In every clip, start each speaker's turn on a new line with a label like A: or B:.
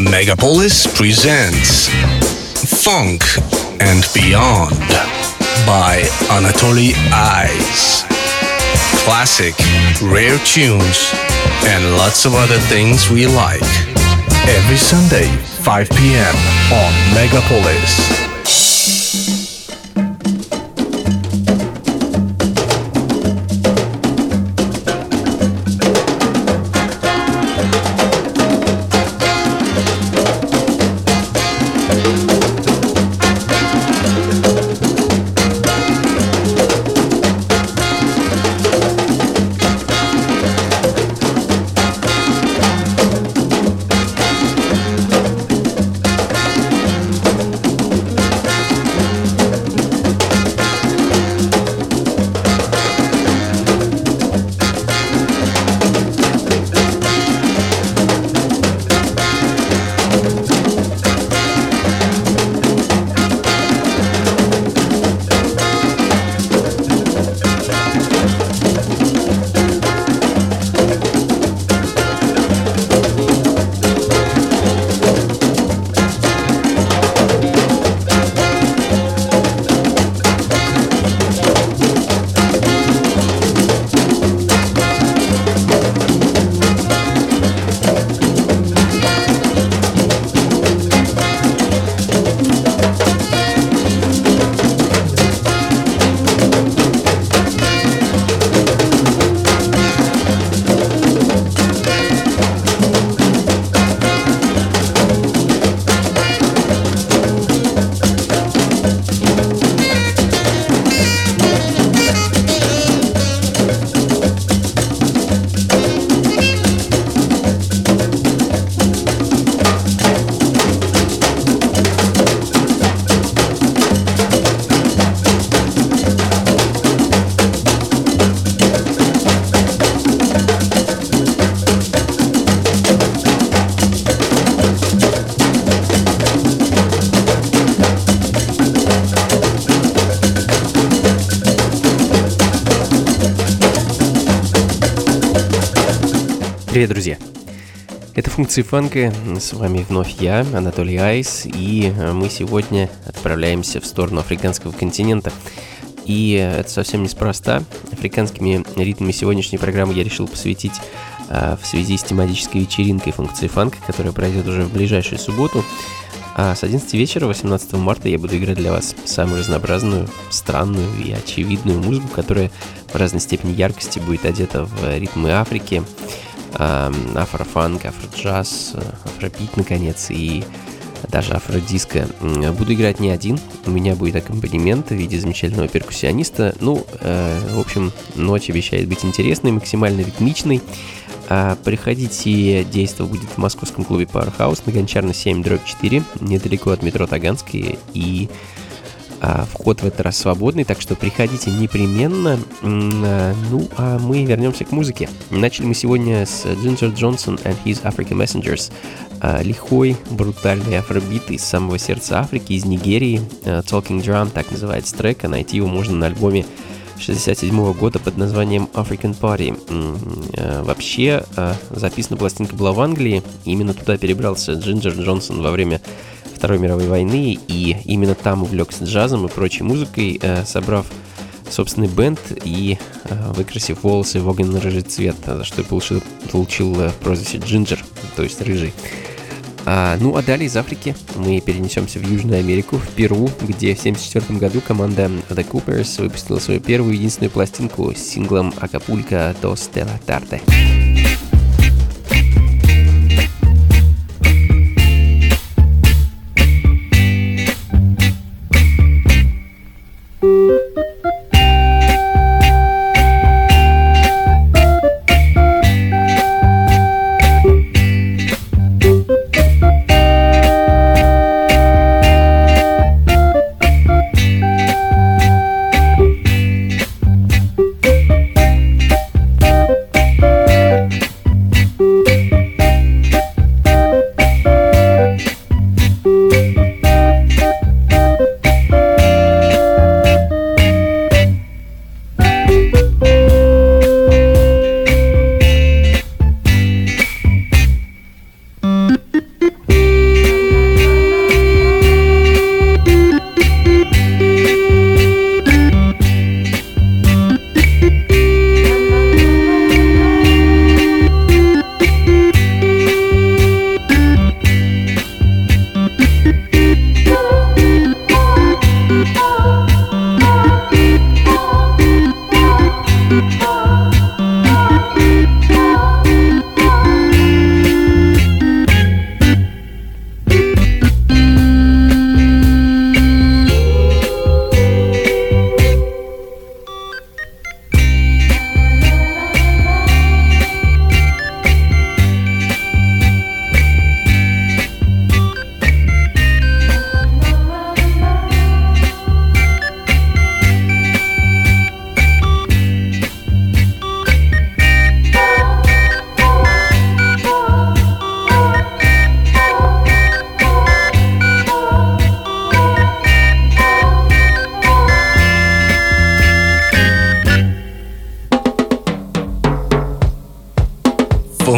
A: Megapolis presents Funk and Beyond by Anatoly Eyes. Classic, rare tunes, and lots of other things we like. Every Sunday, 5 p.m. on Megapolis.
B: Привет, друзья! Это функции фанка, с вами вновь я, Анатолий Айс, и мы сегодня отправляемся в сторону африканского континента. И это совсем неспроста. Африканскими ритмами сегодняшней программы я решил посвятить в связи с тематической вечеринкой функции фанка, которая пройдет уже в ближайшую субботу. А с 11 вечера, 18 марта, я буду играть для вас самую разнообразную, странную и очевидную музыку, которая в разной степени яркости будет одета в ритмы Африки. Афрофанк, афроджаз, афробит, наконец, и даже афродиско. Буду играть не один, у меня будет аккомпанемент в виде замечательного перкуссиониста. В общем, ночь обещает быть интересной, максимально ритмичной. Приходите, действо будет в московском клубе Powerhouse на Гончарной 7/4, недалеко от метро Таганская, и вход в этот раз свободный, так что приходите непременно. А мы вернемся к музыке. Начали мы сегодня с Ginger Johnson and His African Messengers. Лихой, брутальный афробит из самого сердца Африки, из Нигерии. Talking Drum, так называется трек, а найти его можно на альбоме 1967 года под названием African Party. Вообще, записана пластинка была в Англии, именно туда перебрался Джинджер Джонсон во время Второй мировой войны, и именно там увлекся джазом и прочей музыкой, собрав собственный бенд и выкрасив волосы в огненно-рыжий цвет, за что получил прозвище Джинджер, то есть рыжий. А далее из Африки мы перенесемся в Южную Америку, в Перу, где в 1974 году команда The Coopers выпустила свою первую и единственную пластинку с синглом «Acapulco Dos de la Tarde».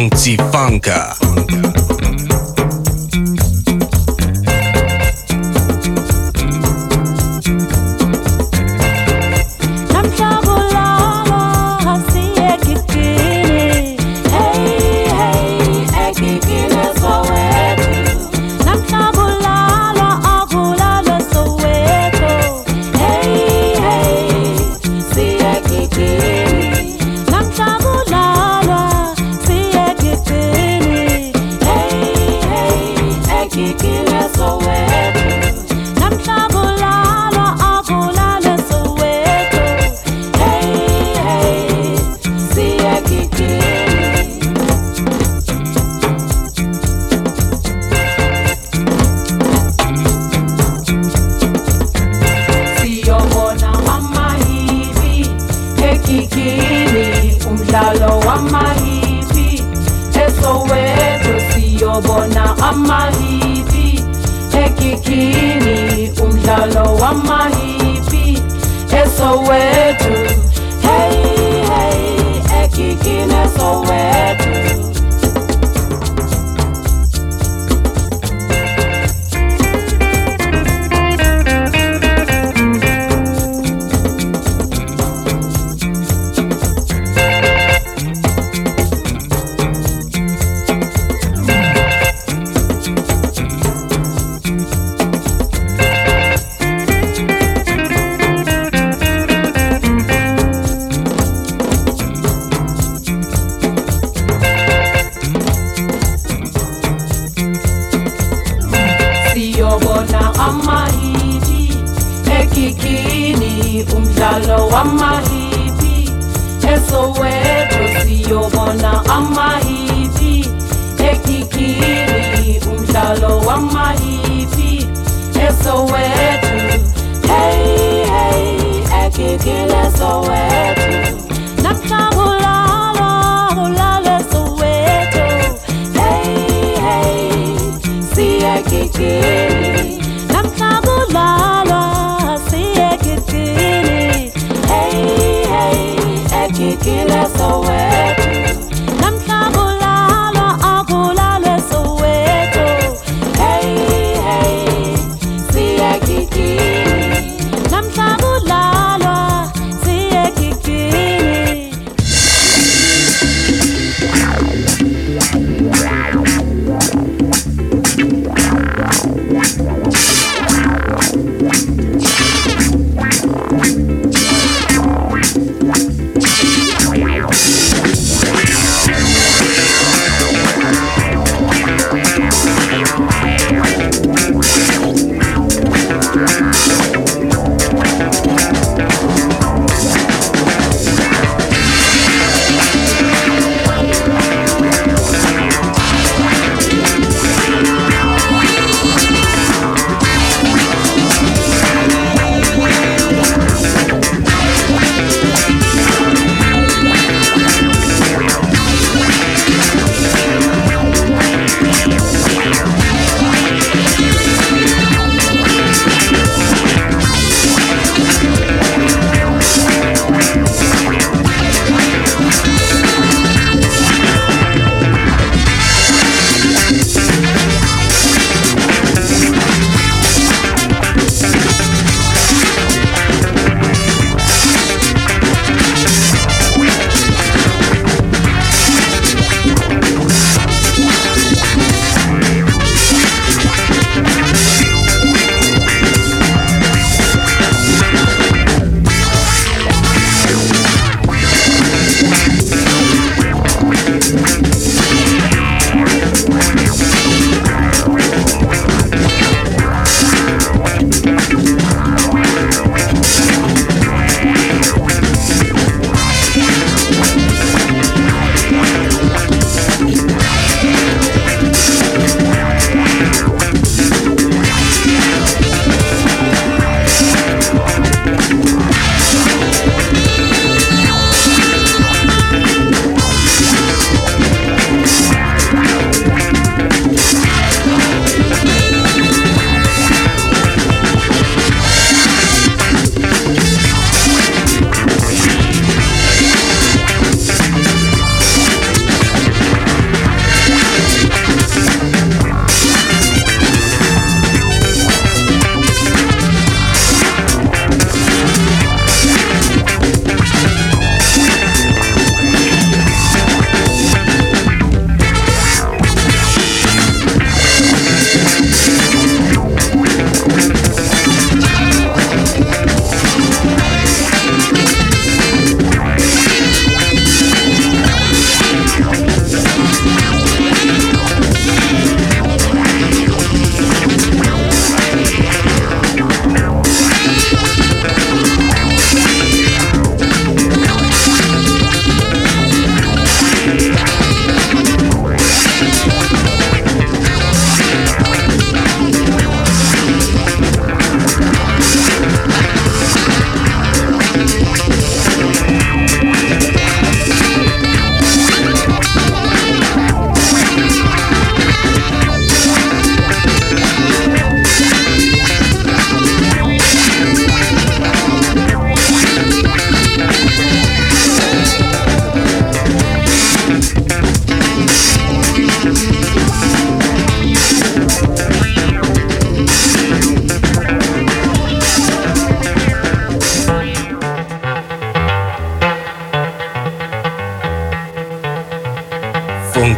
A: Funky Funka.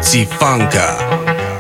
A: Pezzi Funka.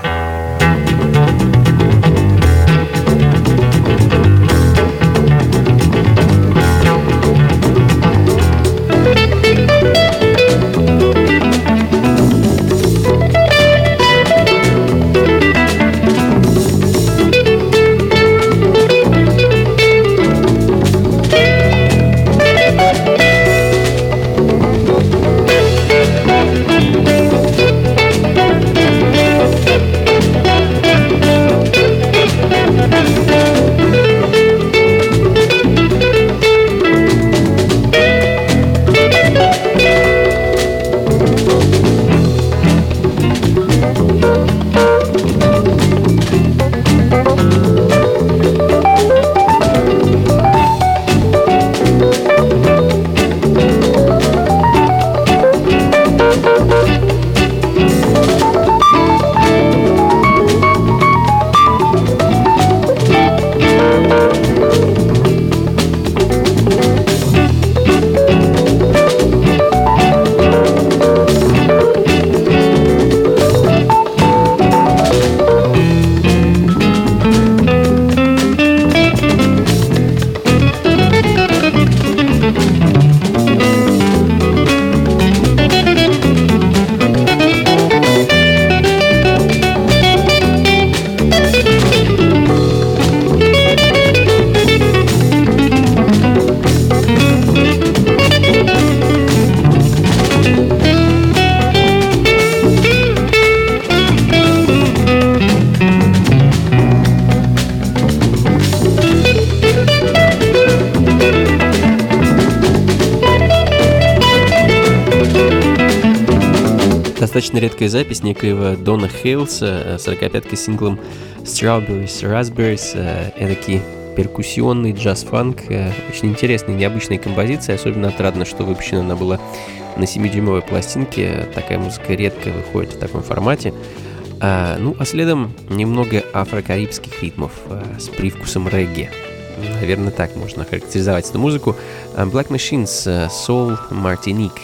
B: Достаточно редкая запись некоего Дона Хейлса с 45-кой синглом Strawberries Raspberries, эдакий перкуссионный джаз-фанк, очень интересная, необычная композиция, особенно отрадно, что выпущена она была на 7-дюймовой пластинке, такая музыка редко выходит в таком формате. Ну, а следом немного афрокарибских ритмов с привкусом регги. Наверное, так можно характеризовать эту музыку. Black Machines, Soul Martinique.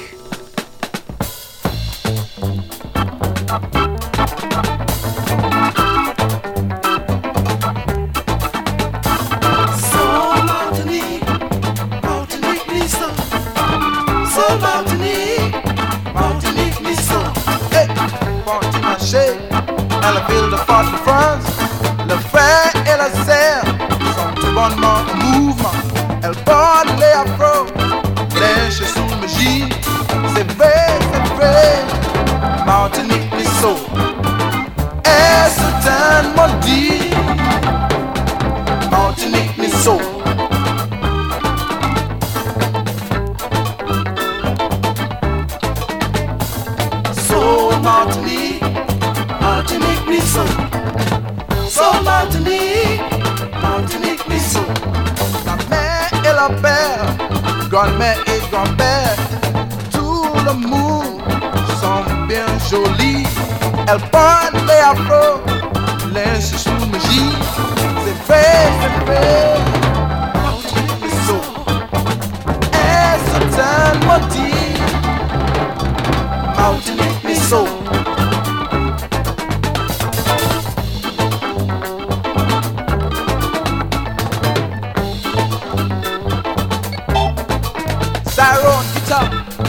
C: Elle ville de Fort de France, le frère et la sœur sont tout bonnement en mouvement. Elle porte les afros, les chaussures magiques. C'est vrai, Martinique Bissau. Et c'est un maudit, Martinique Bissau. So Martinique, Martinique Bissau. So Martinique, Martinique Bissau. La mère et la père, grand-mère et grand-père, tout le monde sont bien jolis. Elles portent les afros, les chouchous magiques. C'est vrai, Martinique Bissau. Et c'est un maudit, Martinique Bissau. Tyrone, guitar.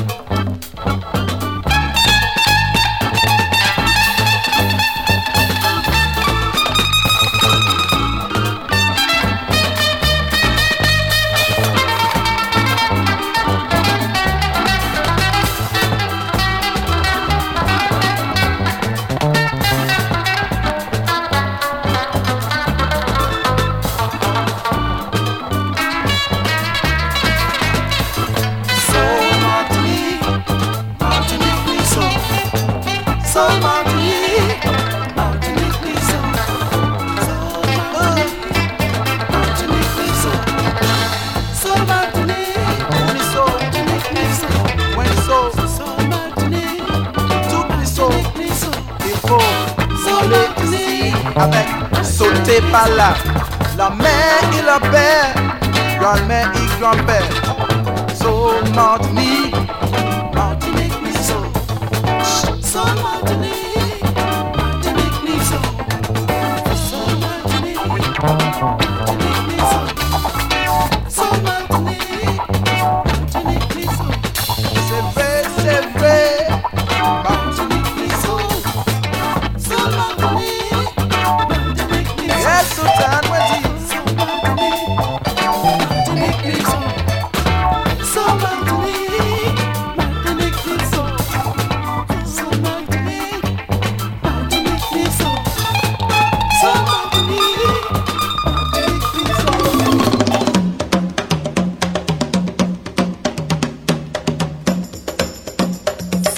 C: Avec sauter par là, la mère et le père, grand-mère et grand-père. So Martinique, Martinique, so Martinique.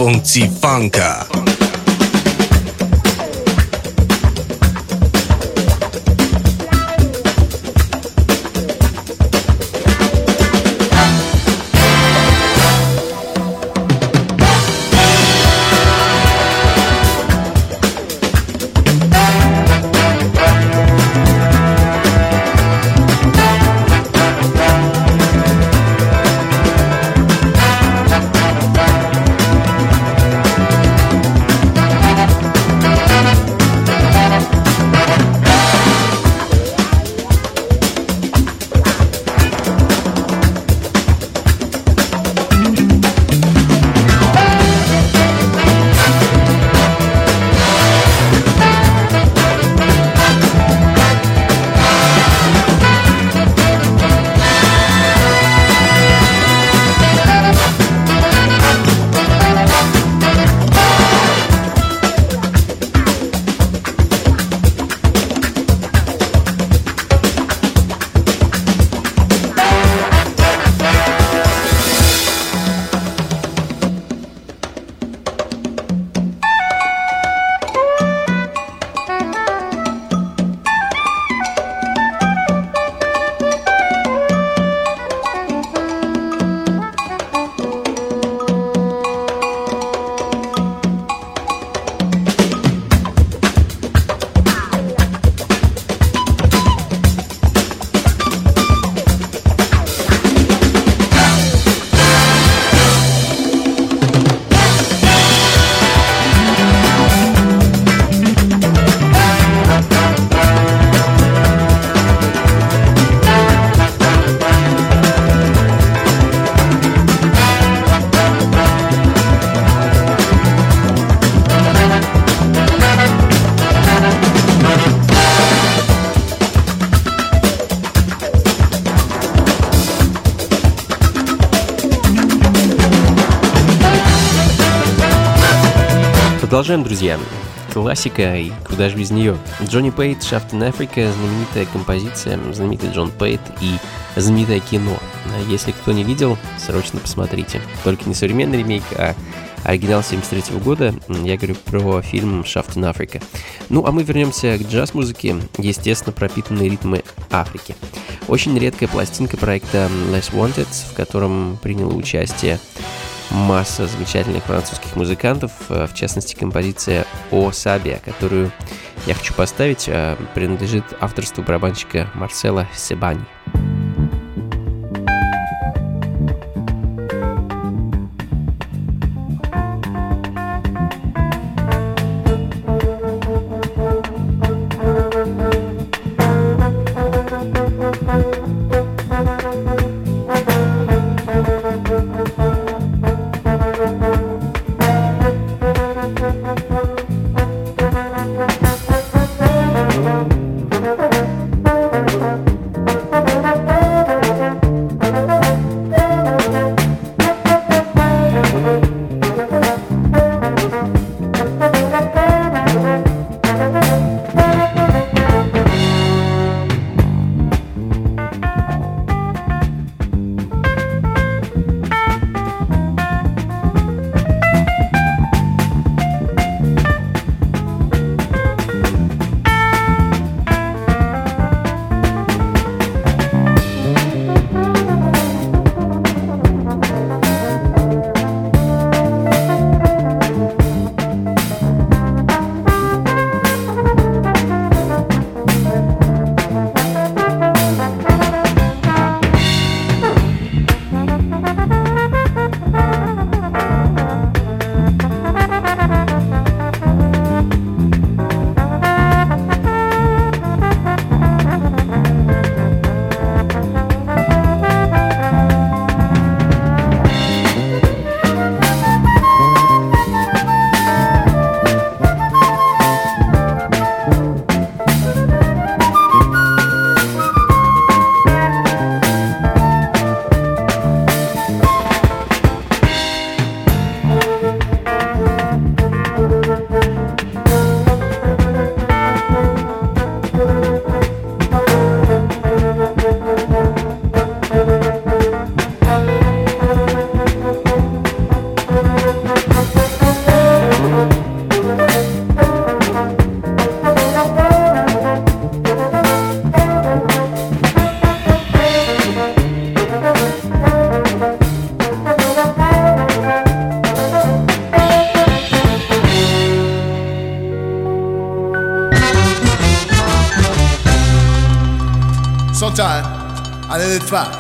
A: Funka.
B: Продолжаем, друзья. Классика, и куда же без нее. Джонни Пейт, Shaft in Africa, знаменитая композиция, знаменитый Джон Пейт и знаменитое кино. Если кто не видел, срочно посмотрите. Только не современный ремейк, а оригинал 1973 года. Я говорю про фильм Shaft in Africa. Ну, а мы вернемся к джаз-музыке, естественно, пропитанные ритмы Африки. Очень редкая пластинка проекта Less Wanted, в котором приняло участие масса замечательных французских музыкантов, в частности, композиция «О Сабия», которую я хочу поставить, принадлежит авторству барабанщика Марсела Себани.
C: Sometimes I need it fast.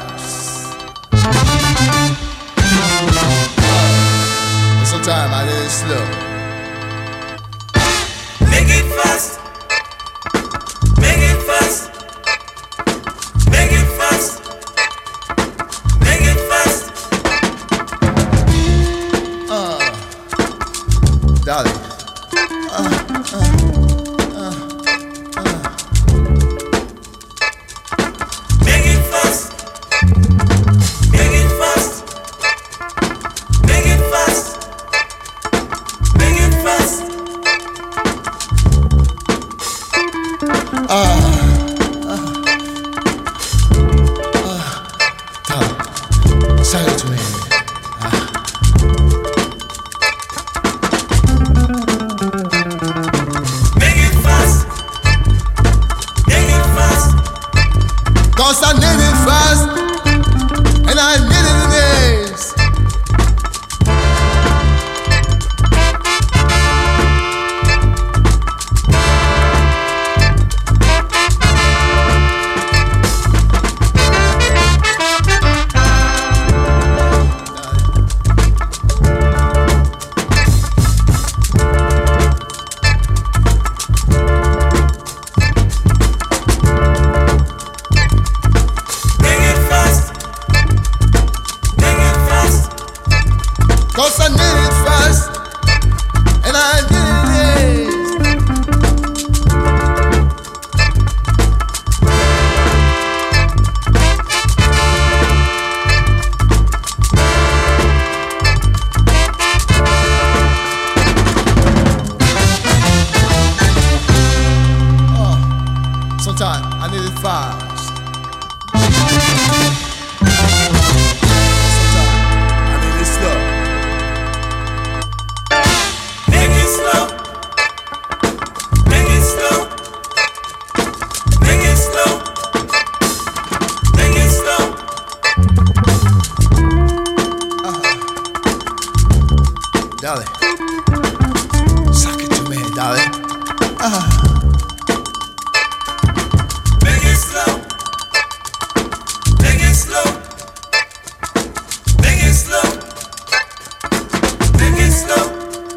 C: Sometimes I need it slow.
D: Make it fast. Make it fast. Make it fast. Make it fast.
C: Darling.
D: Make it fast. Make it fast. Make it fast. Make it fast.
C: Say it to me.
D: Make it fast. Make it fast.
C: 'Cause I need it fast, and I need it in days.
D: Make it fast. Make it fast.
C: 'Cause I need it fast, and I need it in days. Sometimes I need it fast. Sometimes I need it slow.
D: Make it slow. Make it slow. Make it slow. Make it slow.
C: Darling, suck it to me, darling.
D: Make it slow. Make it slow. Make it slow. Make it slow.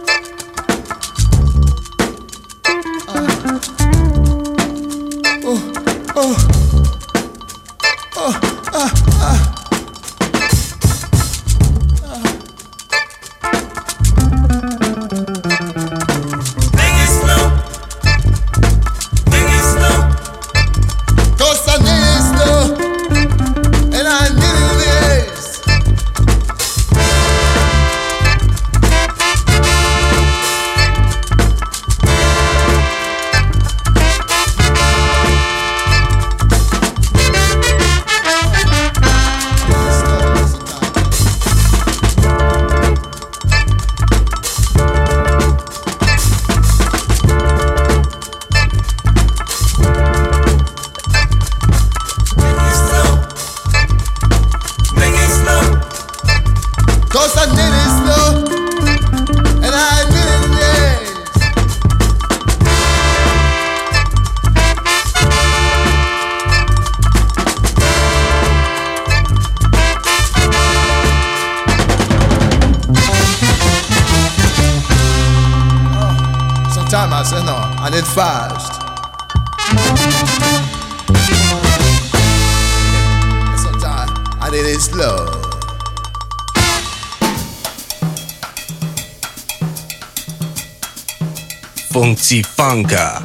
D: Make it slow. Make it slow.
C: 'Cause I need it slow, and I need it in days.
D: Make it slow. Make it slow.
C: 'Cause I need it slow, and I need it in days. Sometimes I say no, I need fast. Sometimes I need it slow.
A: Funky Funka.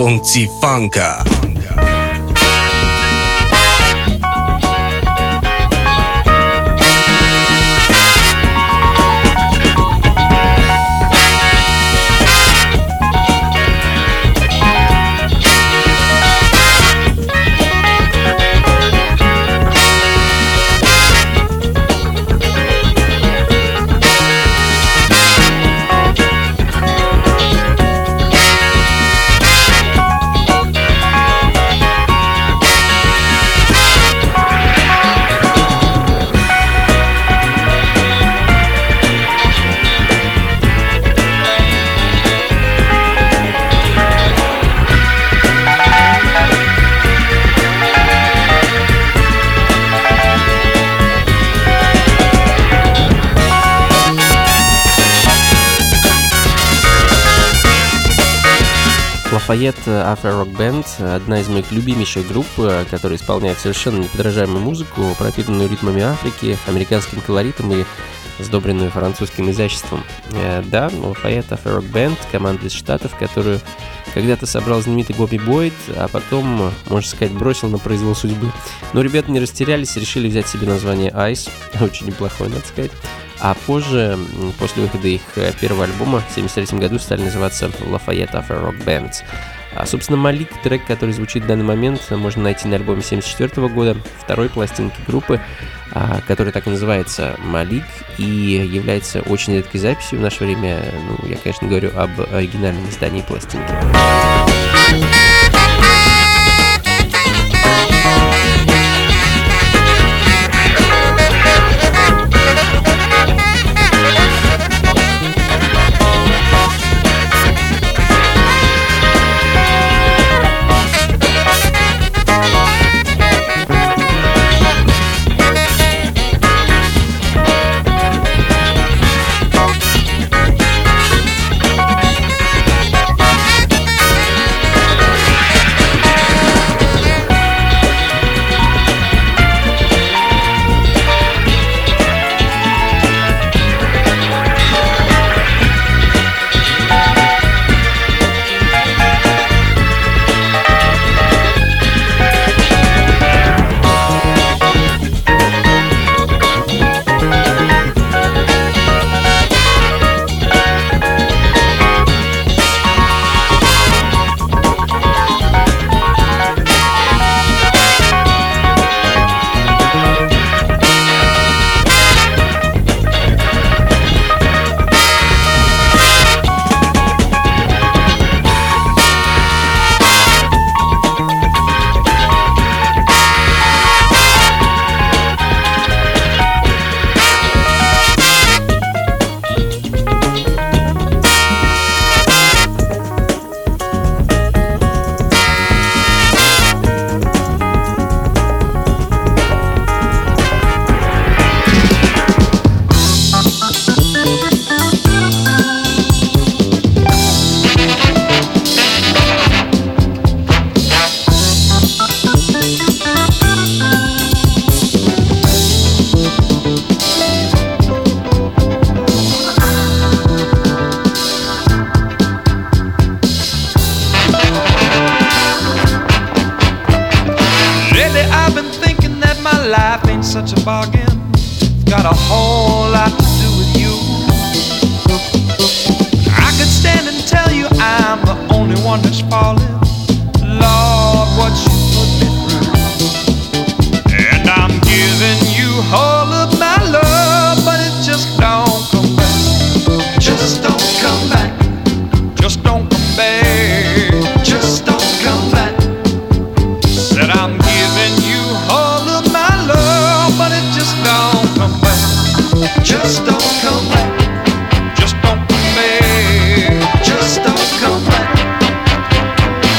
A: Funky Funka.
B: Lafayette Afro Rock Band — одна из моих любимейших групп, которая исполняет совершенно неподражаемую музыку, пропитанную ритмами Африки, американским колоритом и сдобренную французским изяществом. Да, Lafayette Afro Rock Band — команда из Штатов, которую когда-то собрал знаменитый Бобби Бойд, а потом, можно сказать, бросил на произвол судьбы. Но ребята не растерялись, решили взять себе название Ice, очень неплохое, надо сказать. А позже, после выхода их первого альбома в 1973 году, стали называться Lafayette Afro Rock Band. А, собственно, Малик, трек, который звучит в данный момент, можно найти на альбоме 1974 года, второй пластинки группы, который так и называется Малик, и является очень редкой записью в наше время. Ну, я, конечно, говорю об оригинальном издании пластинки.
E: Such a bargain, got a whole lot to do with you. I could stand and tell you I'm the only one that's falling. Lord, what you put me through. And I'm giving you all of my love, but it just don't come back. Just don't come back. Just don't come back. Just don't come back. Said I'm giving you all of my love, but it just don't come back. Just don't come back. Just don't come back. Just don't come back.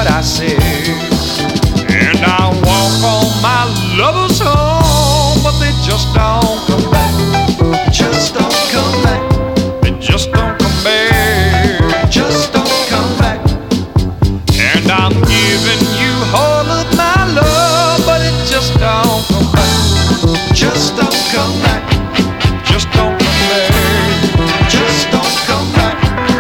E: what I say. And I walk on my lovers home, but they just don't come back. Just don't come back. They just don't come back. Just don't come back. And I'm giving you all of my love, but it just don't come back. Just don't come back. Just don't come back. Just don't come back.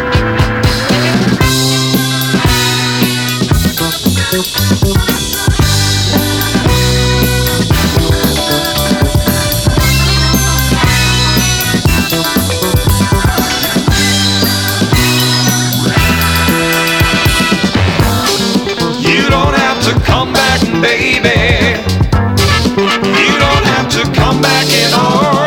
E: You don't have to come back, baby. You don't have to come back at all.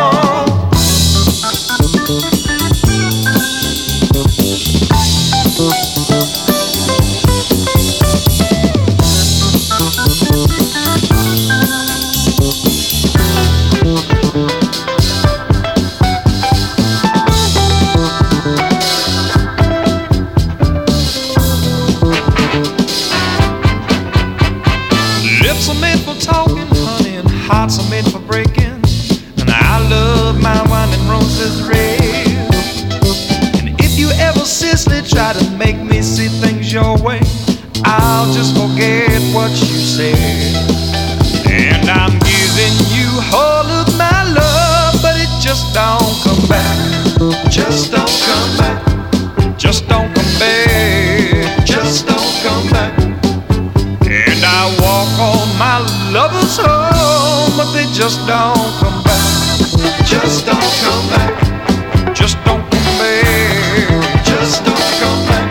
E: Lips are made for talking, honey, and hearts are made for breaking. And I love my wine and roses red. And if you ever seriously try to make me see things your way, I'll just forget what you said. And I'm giving you all of my love, but it just don't come back. Just don't come back. Just don't come back. Just don't come back. And I walk on my lovers home, but they just don't come back. Just don't come back. Just don't come back. Just don't come back.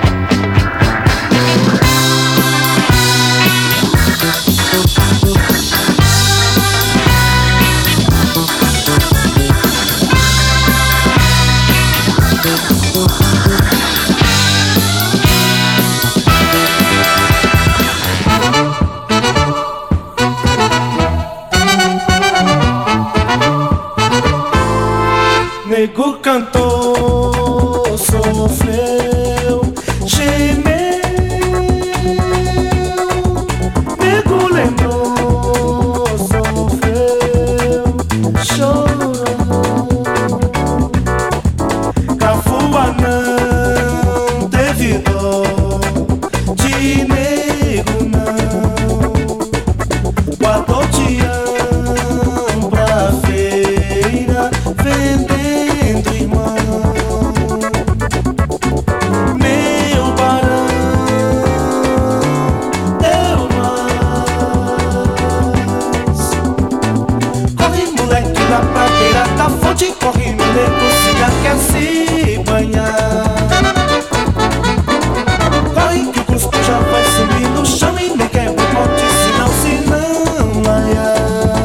F: Nego cantou, sofreu, gemeu. Nego lembrou, sofreu, chorou. Cafua não teve dó, de nego não. Guardou tião pra feira, vendendo irmão. Meu barão deu mais. Corre, moleque, lá pra beira da fonte. Corre, nego, siga, quer se banhar. Corre que o cuspo já vai subir no chão. E nem quebra o pote, senão laia.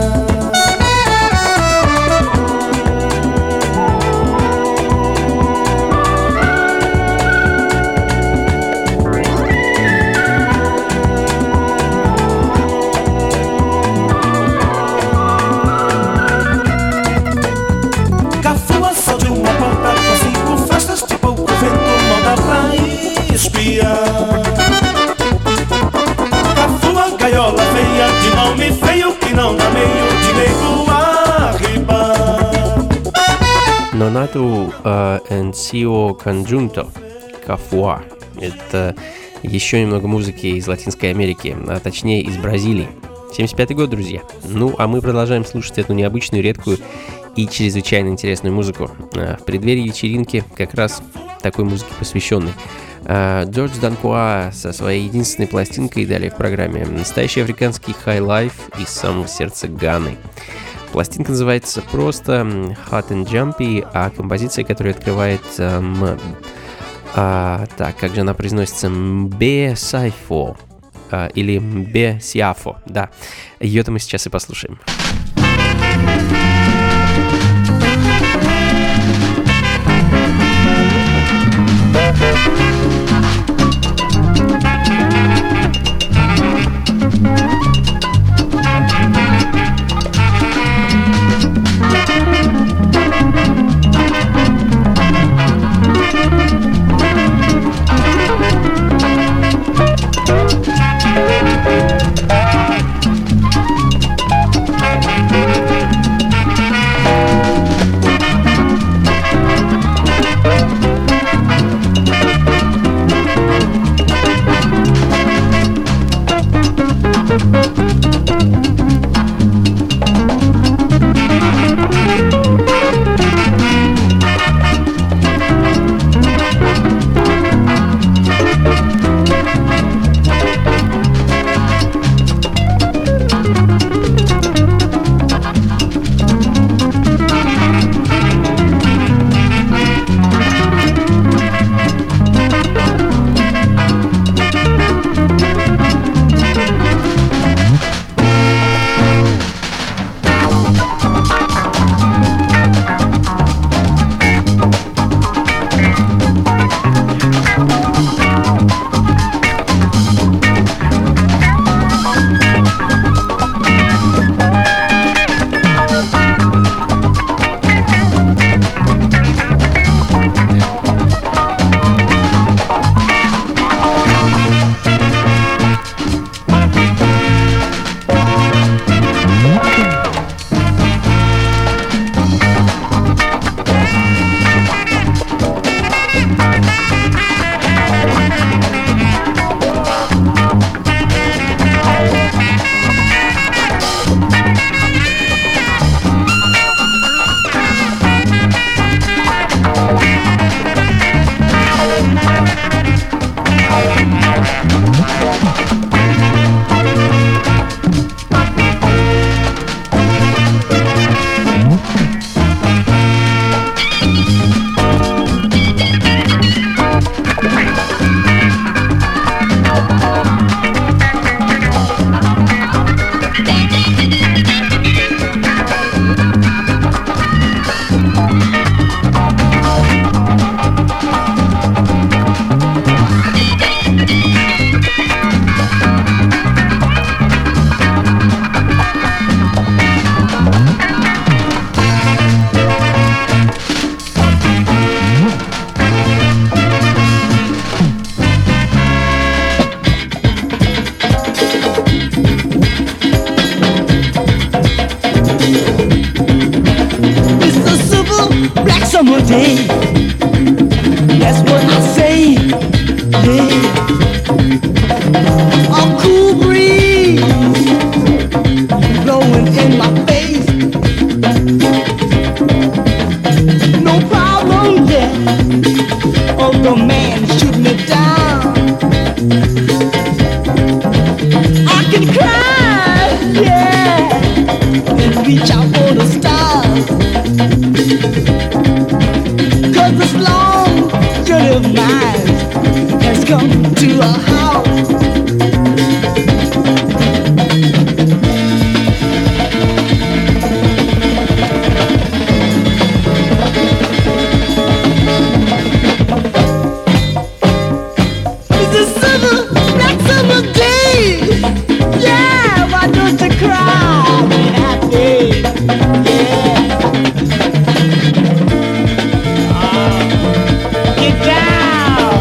F: Cafua só de uma porta com 5 frestas. De pouco vento não dá pra espiar. Cafua, gaiola feia, de nome feio, que não dá meio de nego arribar.
B: Nonato Энсио Conjunto Cafua. Это еще немного музыки из Латинской Америки, а точнее из Бразилии. 75-й год, друзья. Ну, а мы продолжаем слушать эту необычную, редкую и чрезвычайно интересную музыку. В преддверии вечеринки как раз такой музыке посвященной. Джордж Данкуа со своей единственной пластинкой далее в программе. Настоящий африканский хай-лайф из самого сердца Ганы. Пластинка называется просто Hot and Jumpy, а композиция, которая открывает... так, как же она произносится? Мбе Сайфо. Или Мбе Сиафо. Да, ее-то мы сейчас и послушаем.
F: summer day. That's what I say, yeah. A cool breeze blowing in my face. No problem, yeah. Oh, the man shoot me down. I can cry, yeah, and reach out for the stars. 'Cause this long journey of mine has come to a house. It's a summer, black summer day. Yeah, why don't you cry? Be happy. Yeah. Get down.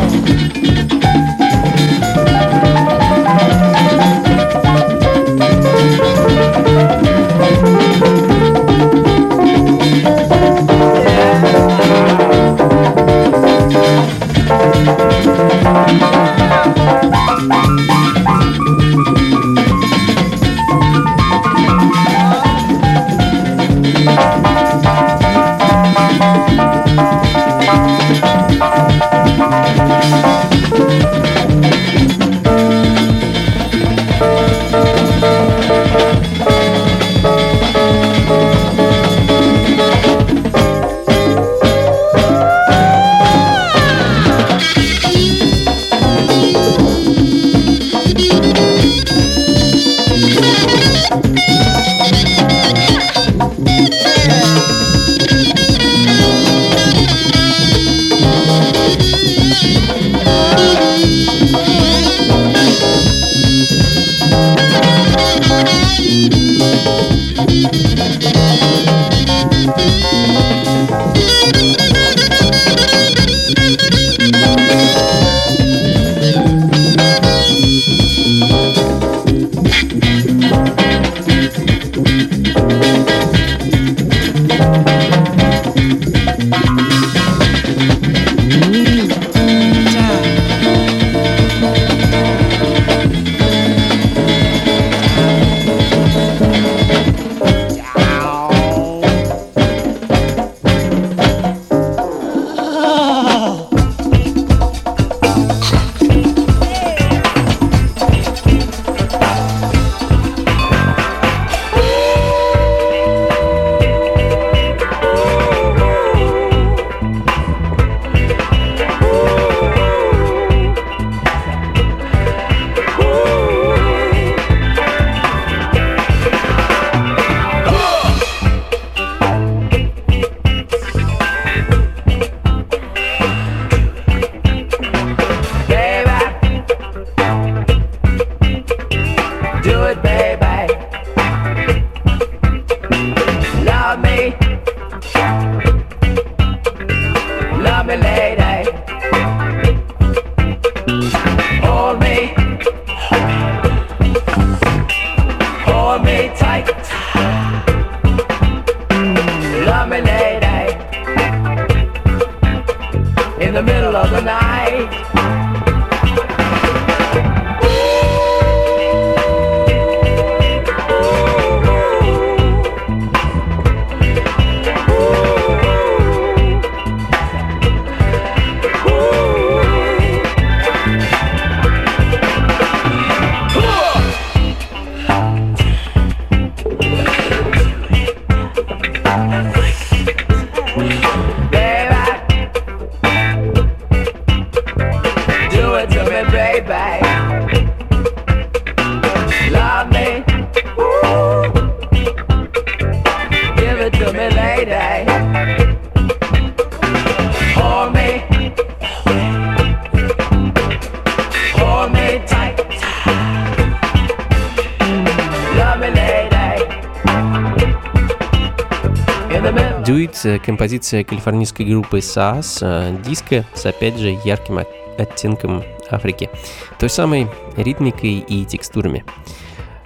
B: Duet — композиция калифорнийской группы SAS, диско с опять же ярким оттенком Африки, той самой ритмикой и текстурами.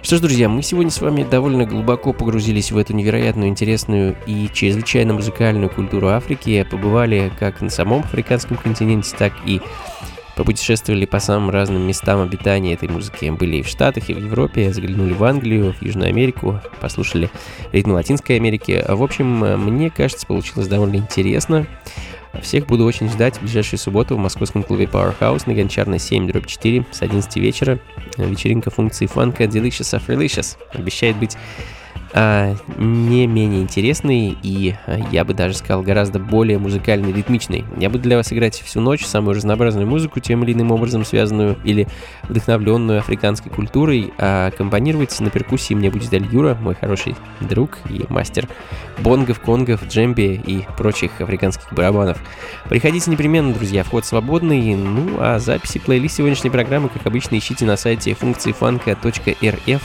B: Что ж, друзья, мы сегодня с вами довольно глубоко погрузились в эту невероятную, интересную и чрезвычайно музыкальную культуру Африки. Побывали как на самом африканском континенте, так и попутешествовали по самым разным местам обитания этой музыки. Были и в Штатах, и в Европе, заглянули в Англию, в Южную Америку, послушали ритмы Латинской Америки. В общем, мне кажется, получилось довольно интересно. Всех буду очень ждать в ближайшую субботу в московском клубе Powerhouse на Гончарной 7/4 с 11 вечера. Вечеринка функции фанка Delicious Afrelicious обещает быть не менее интересный и, я бы даже сказал, гораздо более музыкальный, ритмичный. Я буду для вас играть всю ночь самую разнообразную музыку, тем или иным образом связанную или вдохновленную африканской культурой, а аккомпанировать на перкуссии мне будет Эль Юра, мой хороший друг и мастер бонгов, конгов, джемби и прочих африканских барабанов. Приходите непременно, друзья, вход свободный. Ну, а записи плейлист сегодняшней программы, как обычно, ищите на сайте функциифанка.рф.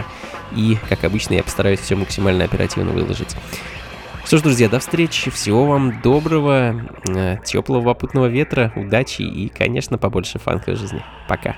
B: И, как обычно, я постараюсь все максимально оперативно выложить. Что ж, друзья, до встречи. Всего вам доброго, теплого попутного ветра, удачи и, конечно, побольше фанка в жизни. Пока.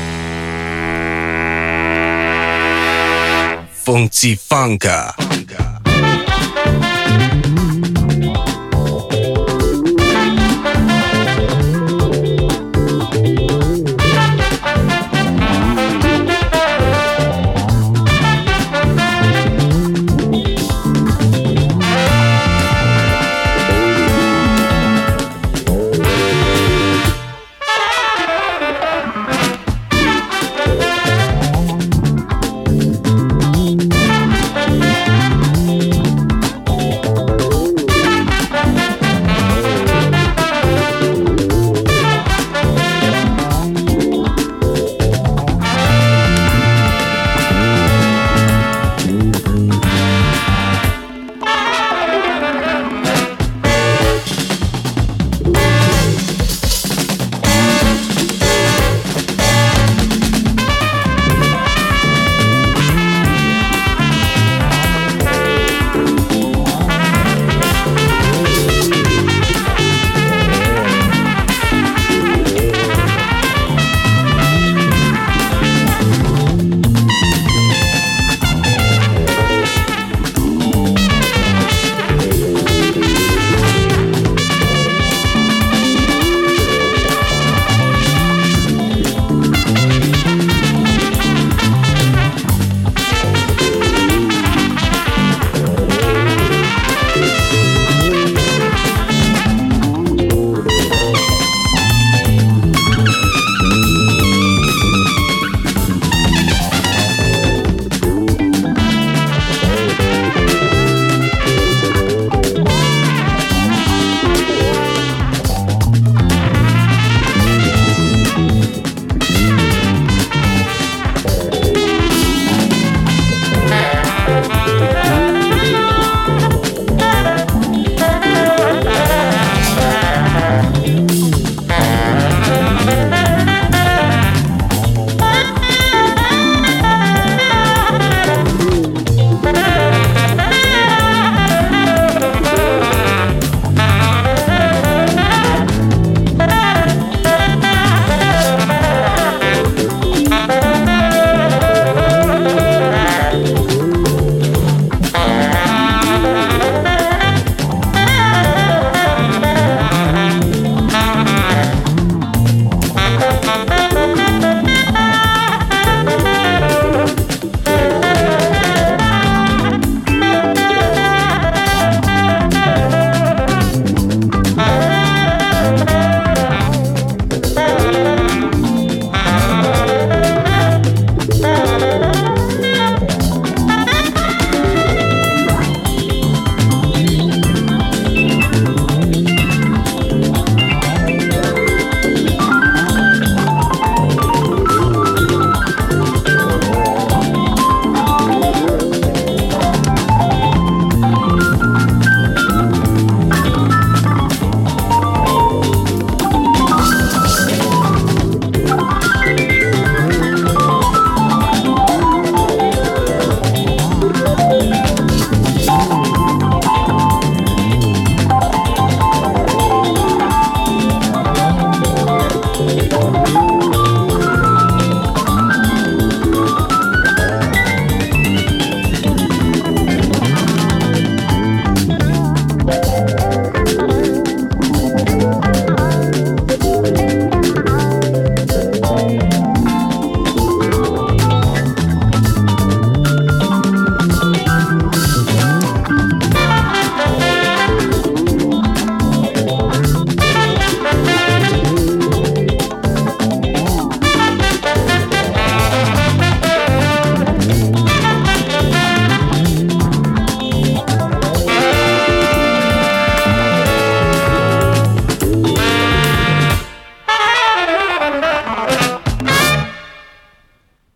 A: Funky Funka.